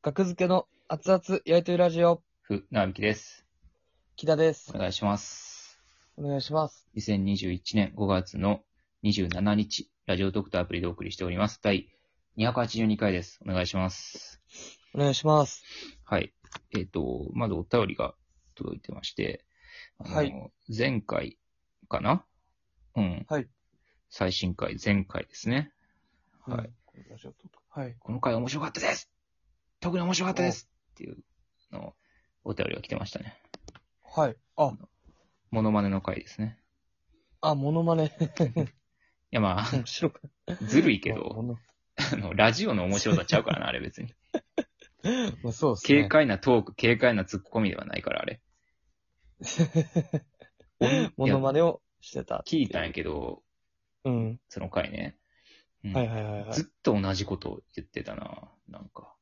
格付けの熱々焼いてるラジオ、 なびきです。 木田です。 お願いします。 お願いします。 2021年5月の27日、ラジオドクターアプリでお送りしております。第282回です。お願いします。 お願いします。 はい。まずお便りが届いてまして、 はい。 前回かなうん。 はい。 最新回、前回ですね。はい。 うん。ラジオとはい。 この回面白かったです特に面白かったですっていうのお便りが来てましたね。 はい。あ、 モノマネの回ですね。 モノマネ。 いやまあ、 面白かずるいけど、 モノラジオの面白さちゃうからな、あれ別に。 まあ、そうです軽ね。 快なトーク、軽快なツッコミではないから、あれ。 モノマネをしてた。 聞いたんやけど、 うん。 その回ね。うんはいはいはいはい。 ずっと同じことを言ってたな、なんか。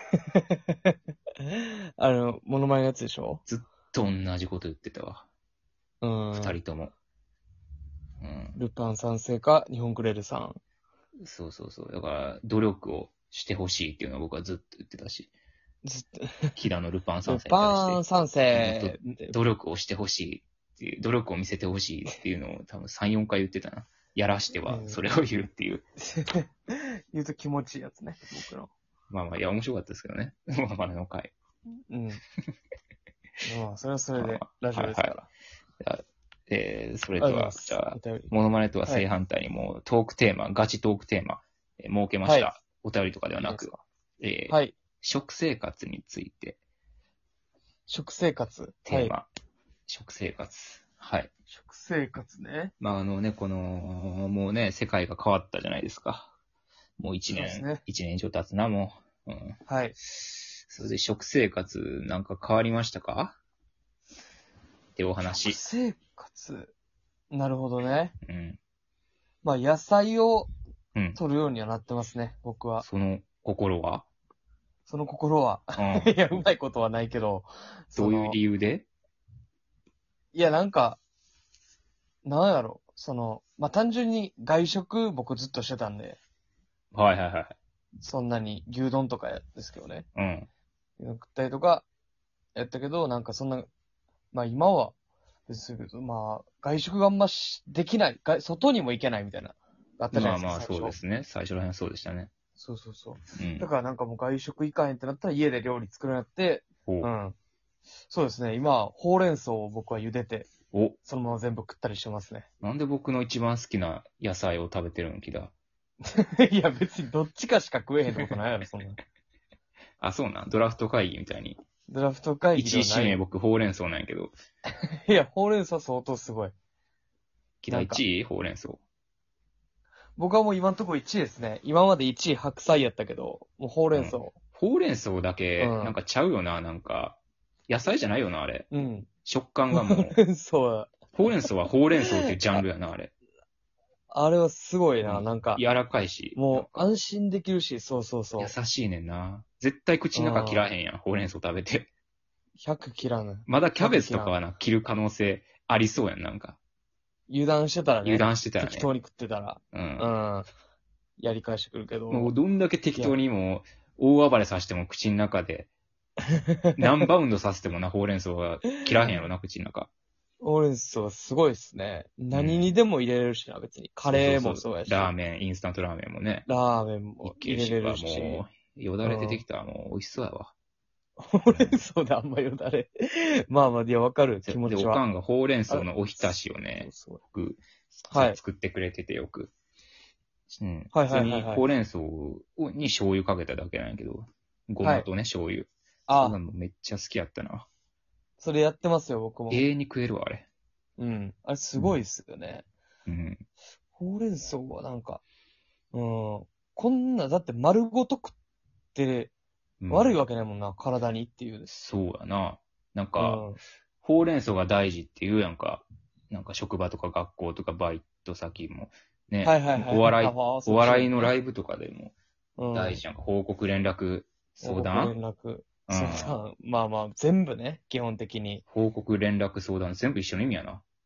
モノマネのやつでしょ？ ずっと同じこと言ってたわ。 うん。 二人とも。うん。 ルパン三世か、日本クレールさん。 そうそうそう。だから、努力をしてほしいっていうのは僕はずっと言ってたし、 ずっと、 キラのルパン三ル世にパン対して、 三世もっと努力をしてほしいっていう、努力を見せてほしいっていうのを多分3、4回言ってたな。やらしては、それを言うっていう。 言うと気持ちいいやつね、僕の。 まあまあ、いや、面白かったですけどね。まあまあの回。 うん。まあ、それはそれで、ラジオですから。 それとは、じゃあ、モノマネとは正反対にもうトークテーマ、ガチトークテーマ、設けました。 はいお便りとかではなく、 はい。 食生活について、 食生活。 テーマ、食生活。はい。 食生活ね。 まあこの、もうね、世界が変わったじゃないですか。もう一年、 そうですね。 一年以上経つな、もう。 はい。 それで食生活なんか変わりましたかってお話。 食生活。なるほどね。 うん。 まあ、野菜をうん。 取るようにはなってますね、僕は。 その心はその心は。 うん。 いや、うまいことはないけど、 どういう理由でいや、なんか、なんやろ。まあ、単純に外食僕ずっとしてたんで、 はいはいはい。 そんなに牛丼とかですけどね。 うん。 食ったりとかやったけど、なんかそんな、まあ今は、ですけど、まあ、外食があんまできない、外にも行けないみたいな、あったじゃないですか、 まあまあ、 最初。 そうですね。最初らへんはそうでしたね。 そうそうそう。 うん。 だからなんかもう外食行かへんってなったら家で料理作るようになって、 お、 うん。そうですね、今、ほうれん草を僕は茹でて、 お、 そのまま全部食ったりしてますね。 なんで僕の一番好きな野菜を食べてるん気だ。 いや、別にどっちかしか食えへんってことないやろ、そんな。 あ、そうなん。ドラフト会議みたいに。 ドラフト会議一位指名ではない。 僕ほうれん草なんやけど。 いや、ほうれん草相当すごい。 木田1位ほうれん草。 僕はもう今んとこ1位ですね。今まで1位白菜やったけど、もうほうれん草。 ほうれん草だけ、 うんなんかちゃうよな、なんか。野菜じゃないよな、あれ。 うん。 食感がもう。 ほうれん草は、 ほうれん草はほうれん草っていうジャンルやな、あれ。 あれはすごいな、 うんなんか、 柔らかいし、なんもうか、 安心できるし、そうそうそ優う。 しいねんな。絶対口の中切らへんやん、ほうれん草食べて。 100切らぬ。 まだキャベツとか 100切はな、切る可能性ありそうやん、なんか。 油断してたらね。 油断してたらね。 適当に食ってたら。 う。 うんん。やり返してくるけもうど。 どんだけ適当にもう、大暴れさせても口の中で、何バウンドさせてもな、ほうれん草は切らへんやろな、口の中。 ほうれん草すごいっすね。何にでも入れれるしな、別に。カレーもそうやし。 ラーメン、インスタントラーメンもね。 ラーメンもいけ入れれるるし、 し。 もう、よだれ出てきたらもう美味しそうやわ。 ほうれん草であんまよだれ。まあまあ、いや、わかる気持で、 ちは。 おかんがほうれん草のおひたしをね、 そう僕、 はい作ってくれててよく。うん。 はい普通にはいはいはい。 ほうれん草に醤油かけただけなんやけど、ごまとね、醤油。そんなあ、 のめっちゃ好きやったな。 それやってますよ、僕も。 永遠に食えるわ、あれ。 うん。あれすごいっすよね。 うん。 ほうれん草はなんか、うん。こんな、だって丸ごと食ってうん悪いわけないもんな、体にっていう。 そうやな。なんうか、 ん。 ほうれん草が大事って言うやんか。なんか職場とか学校とかバイト先も。ね。 はいはいはい。 お笑いのライブとかでもブ大事やんか。報告連絡相談連絡。 うん。 相談。まあまあ、全部ね、基本的に。 報告連絡相談全部一緒の意味やな。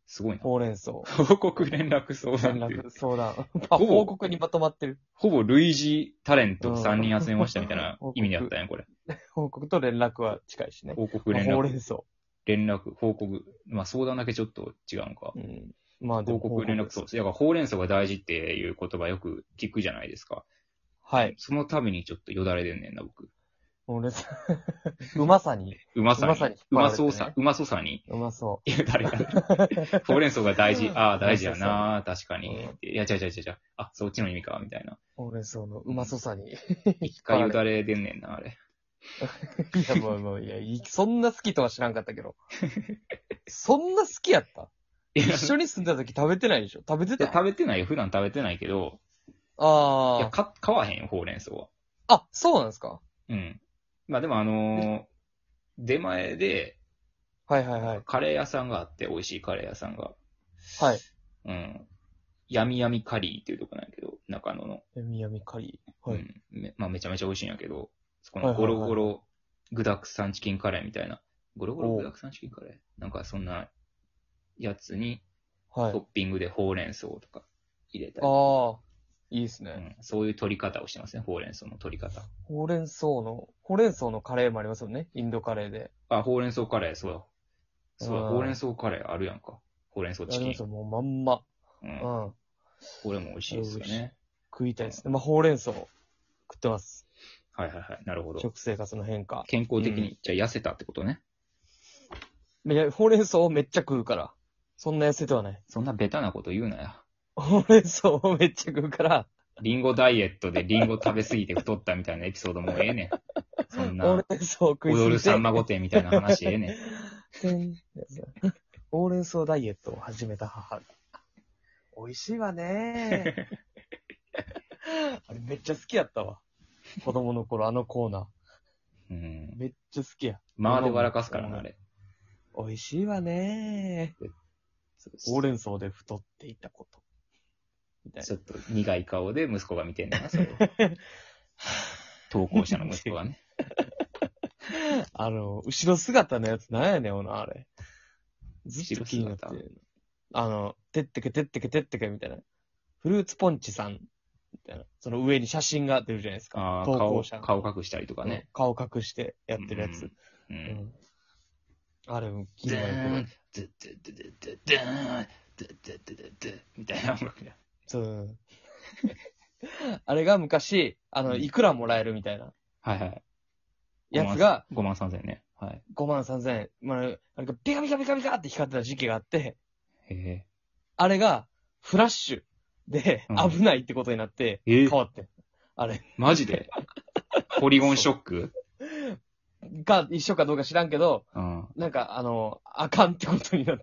すごいな。 ほうれん草。 報告連絡相談って連絡、相談。報告にまとまってる。 ほぼ類似タレントうん 3人集めましたみたいな報告意味でやったんや、これ。 報告と連絡は近いしね。 報告連絡、 ほうれん草。 連絡、報告。まあ相談だけちょっと違うのか。 うん。まあでも報告連絡、 ですそう。だからほうれん草が大事っていう言葉よく聞くじゃないですか。 はい。 そのためにちょっとよだれでんねんな、僕。 ほうれん草。うまさに。 うまさに。 うまさに引っう張られてねまそうさ、うまそうさに。 うまそいや、誰が。 う。 ほうれん草が大事。ああ、大事やうな、確かに。 うんいや、違う違う違う違う。あ、そっちの意味か、みたいな。 ほうれん草のうまそさに。 一回よだれでんねんな、あれ。 いや、もう、いや、そんな好きとは知らんかったけど。そんな好きやったいや、 一緒に住んでた時食べてないでしょ食べてた食べてないよ。普段食べてないけど。いや、 あ買わへんよ、ほうれん草は。 あ。あ、そうなんですかうん。まあでも出前で、 はいはいはい。 カレー屋さんがあって、美味しいカレー屋さんが。 はい。 うん。やみやみカリーっていうとこなんやけど、中野の。 みやみカリー。はい。 うん。まあめちゃめちゃ美味しいんやけど、そこはいはいはいのゴロゴロ具沢山チキンカレーみたいな。ゴロゴロ具沢山チキンカレーなんかそんなやつに、 はい。 トッピングでほうれん草とか入れたり。 ああ。いいですね。 うん。そういう取り方をしてますね、ほうれん草の取り方。 ほうれん草のカレーもありますよね。インドカレーで。 あ、ほうれん草カレー、そうや。そうや、 うんほうれん草カレーあるやんか。ほうれん草チキン。 ありますよ、もうまんま。 う。 うんん。 これも美味しいですよね。 食いたいですね。まあ、ほうれん草食ってます。 はいはいはい。なるほど。 食生活の変化。 健康的に、じゃあ痩せたってことね。 いや、ほうれん草をめっちゃ食うから。そんな痩せてはない。 そんなベタなこと言うなよ。 ほうれん草をめっちゃ食うから、 リンゴダイエットでリンゴ食べ過ぎて太ったみたいなエピソードもうええねん。そんほうな、 れん草を食いすぎて。 踊るさんま御殿みたいな話ええねん。 ほうれん草ダイエットを始めた母。美味しいわねあれめっちゃ好きやったわ。子供の頃あのコーナうんー。。めっちゃ好きや。 まあで笑かすからな、あれ。 美味しいわねほうれん草で太っていたこと。みたいちょっと苦い顔で息子が見てんねんな、それを。投稿者の息子がね。 な。後ろ姿のやつなんやねん、あれ。ずっと気になって後ろる。てってけてってけてってけみたいな。フルーツポンチさん、みたいな。その上に写真が出るじゃないですか。 ああ、 投稿者の。 顔隠したりとかね。 顔隠してやってるやつ。 う。 うんん。あれ、気になドゥーンるけど。 ドゥドゥドゥドゥドゥーンドゥドゥドゥドゥドゥみたいな音楽だ。 そう。あれが昔、いくらもらえるみたいなはいはい。 やつが 5万3000円ね。はい。 5万3000円。まあ、あれがビカビカビカビカって光ってた時期があって、 へえ。 あれがフラッシュでうん危ないってことになってえ変わってん。あれマジでポリゴンショックが一緒かどうか知らんけど、 うん。 なんかあかんってことになって。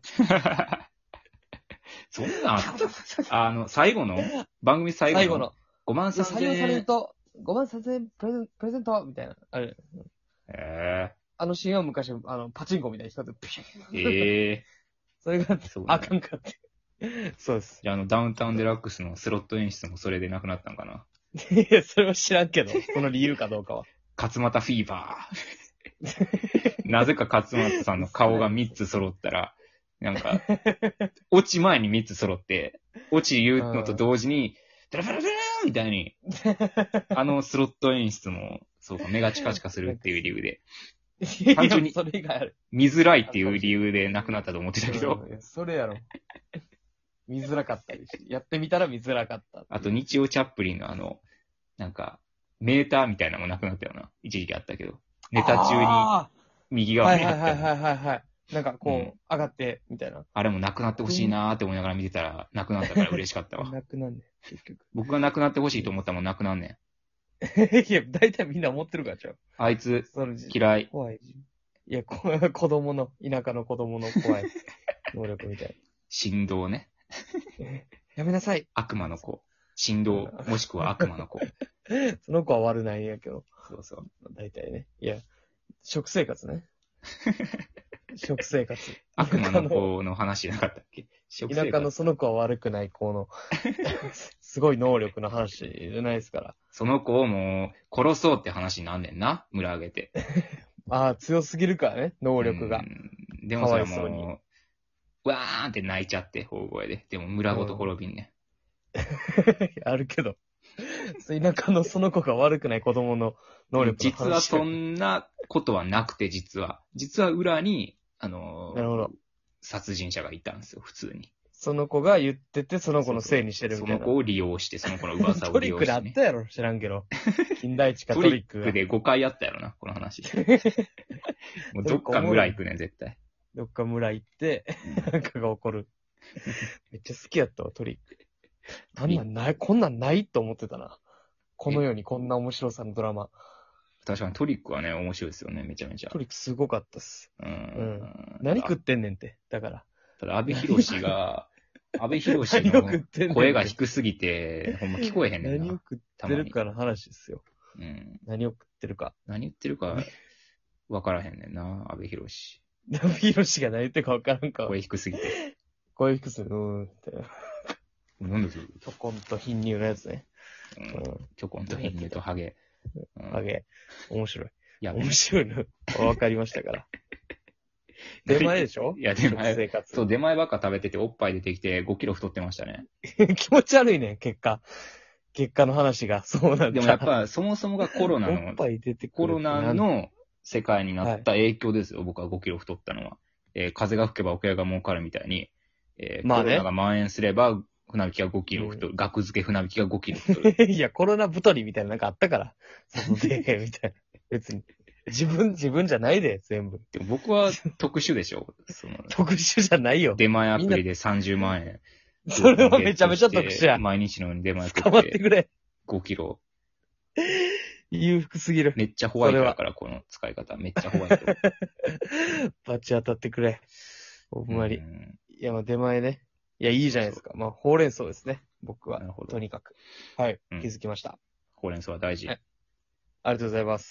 そんなんあった最後の番組最後の最後の。 5万採 3000 用される円。 と5万3000円プレゼントみたいな。あれ。 へえ。 あのシーンは昔、パチンコみたいに光って、ピシッええ。 それがそうなんやあかんかって。そうです。 じゃあダウンタウンデラックスのスロット演出もそれでなくなったんかな。 いや、それは知らんけど、その理由かどうかは。 勝俣フィーバー。なぜか勝俣さんの顔が3つ揃ったら、なんか、落ち前に3つ揃って、落ち言うのと同時に、ダラダラダラーみたいに、スロット演出も、そうか、目がチカチカするっていう理由で、単純にいやそれ以外ある。 見づらいっていう理由でなくなったと思ってたけどうん、いやそれやろ。見づらかったりし、やってみたら見づらかった。 あと日曜チャップリンのなんか、メーターみたいなのもなくなったよな。一時期あったけど。ネタ中にあ右ーはい側見えたよはいはいはいな。 はいはい。なんかこう、 うん上がって、みたいな。 あれもなくなってほしいなーって思いながら見てたら、なくなったから嬉しかったわ。 なくなんねん、結局。 僕がなくなってほしいと思ったもんなくなんねん。 いや、大体みんな思ってるからちゃう。 あいつ、 その嫌い。 怖い。いや、子供の、田舎の子供の怖い能力みたい振動ね。 な。やめなさい。 悪魔の子。振動、もしくは悪魔の子。 その子は悪ないんやけど。 そうそう。 大体ね。いや、食生活ね。食生活。 悪魔の子の話じゃなかったっけ食生田舎の活。 その子は悪くない子の、すごい能力の話じゃないですから。 その子をもう、殺そうって話になんねんな。村上げて。 ああ、強すぎるからね、能力が。 うん。でもそれはかわいそうもう、 わーんって泣いちゃって、大声で。でも村ごと滅びんね。 あるけど。田舎のその子が悪くない子供の能力の実はそんなことはなくて、実は裏に、 なるほど。 殺人者がいたんですよ、普通に。 その子が言ってて、その子のせいにしてるみたいな。 その子を利用して、その子の噂を利用して、 トリックであったやろ、知らんけど。金田一かトトリックが。 リックで5回あったやろな、この話。もうどっか村行くねん、絶対。 どっか村行って、なんかが起こる。めっちゃ好きやったわ、トリック。こんなんないと思ってたな。この世にこんな面白さのドラマ。 確かにトリックはね、面白いですよね、めちゃめちゃ。 トリックすごかったっす。 うん何食ってんねんって。だから。 ただ、阿部寛が、の声が低すぎて、ほんま聞こえへんねんな。 何を食ってるかの話ですよ。 うん。 何を食ってるか。 何言ってるか、わからへんねんな、阿部寛。 阿部寛が何言ってるかわからんか。 声低すぎて。 声低すぎて、って。 なんですよ。 ちょこんと貧乳のやつね。 ちょこんと貧乳とハゲ。 ハゲ。面白い。 いや、 面白いの。わかりましたから。出前でしょ？ いや、出前。 生活。 そう、出前ばっか食べてて、おっぱい出てきて5キロ太ってましたね。 気持ち悪いねん、結果の話が。そうなんだ。 でもやっぱ、そもそもがコロナの、 おっぱい出てくる。 コロナの世界になった影響ですよ、僕は5キロ太ったのは。風が吹けば桶屋が儲かるみたいに、 まあね、 コロナが蔓延すれば、船引きが5キロ太る。額付け船引きが5キロ太る。 いや、コロナ太りみたいななんかあったから。外で、みたいな。別に。自分じゃないで、全部。 でも僕は特殊でしょ。 特殊じゃないよ。 出前アプリで30万円。 それはめちゃめちゃ特殊や。 毎日のように出前捕まってくれ。 5キロ。 裕福すぎる。 めっちゃホワイトだから、この使い方。めっちゃホワイト。 バチ当たってくれ。ほんまに。いや、まあ出前ね。いや、いいじゃないですか。まあ、ほうれん草ですね。僕は。とにかく。はい。気づきました。 ほうれん草は大事。 はい。ありがとうございます。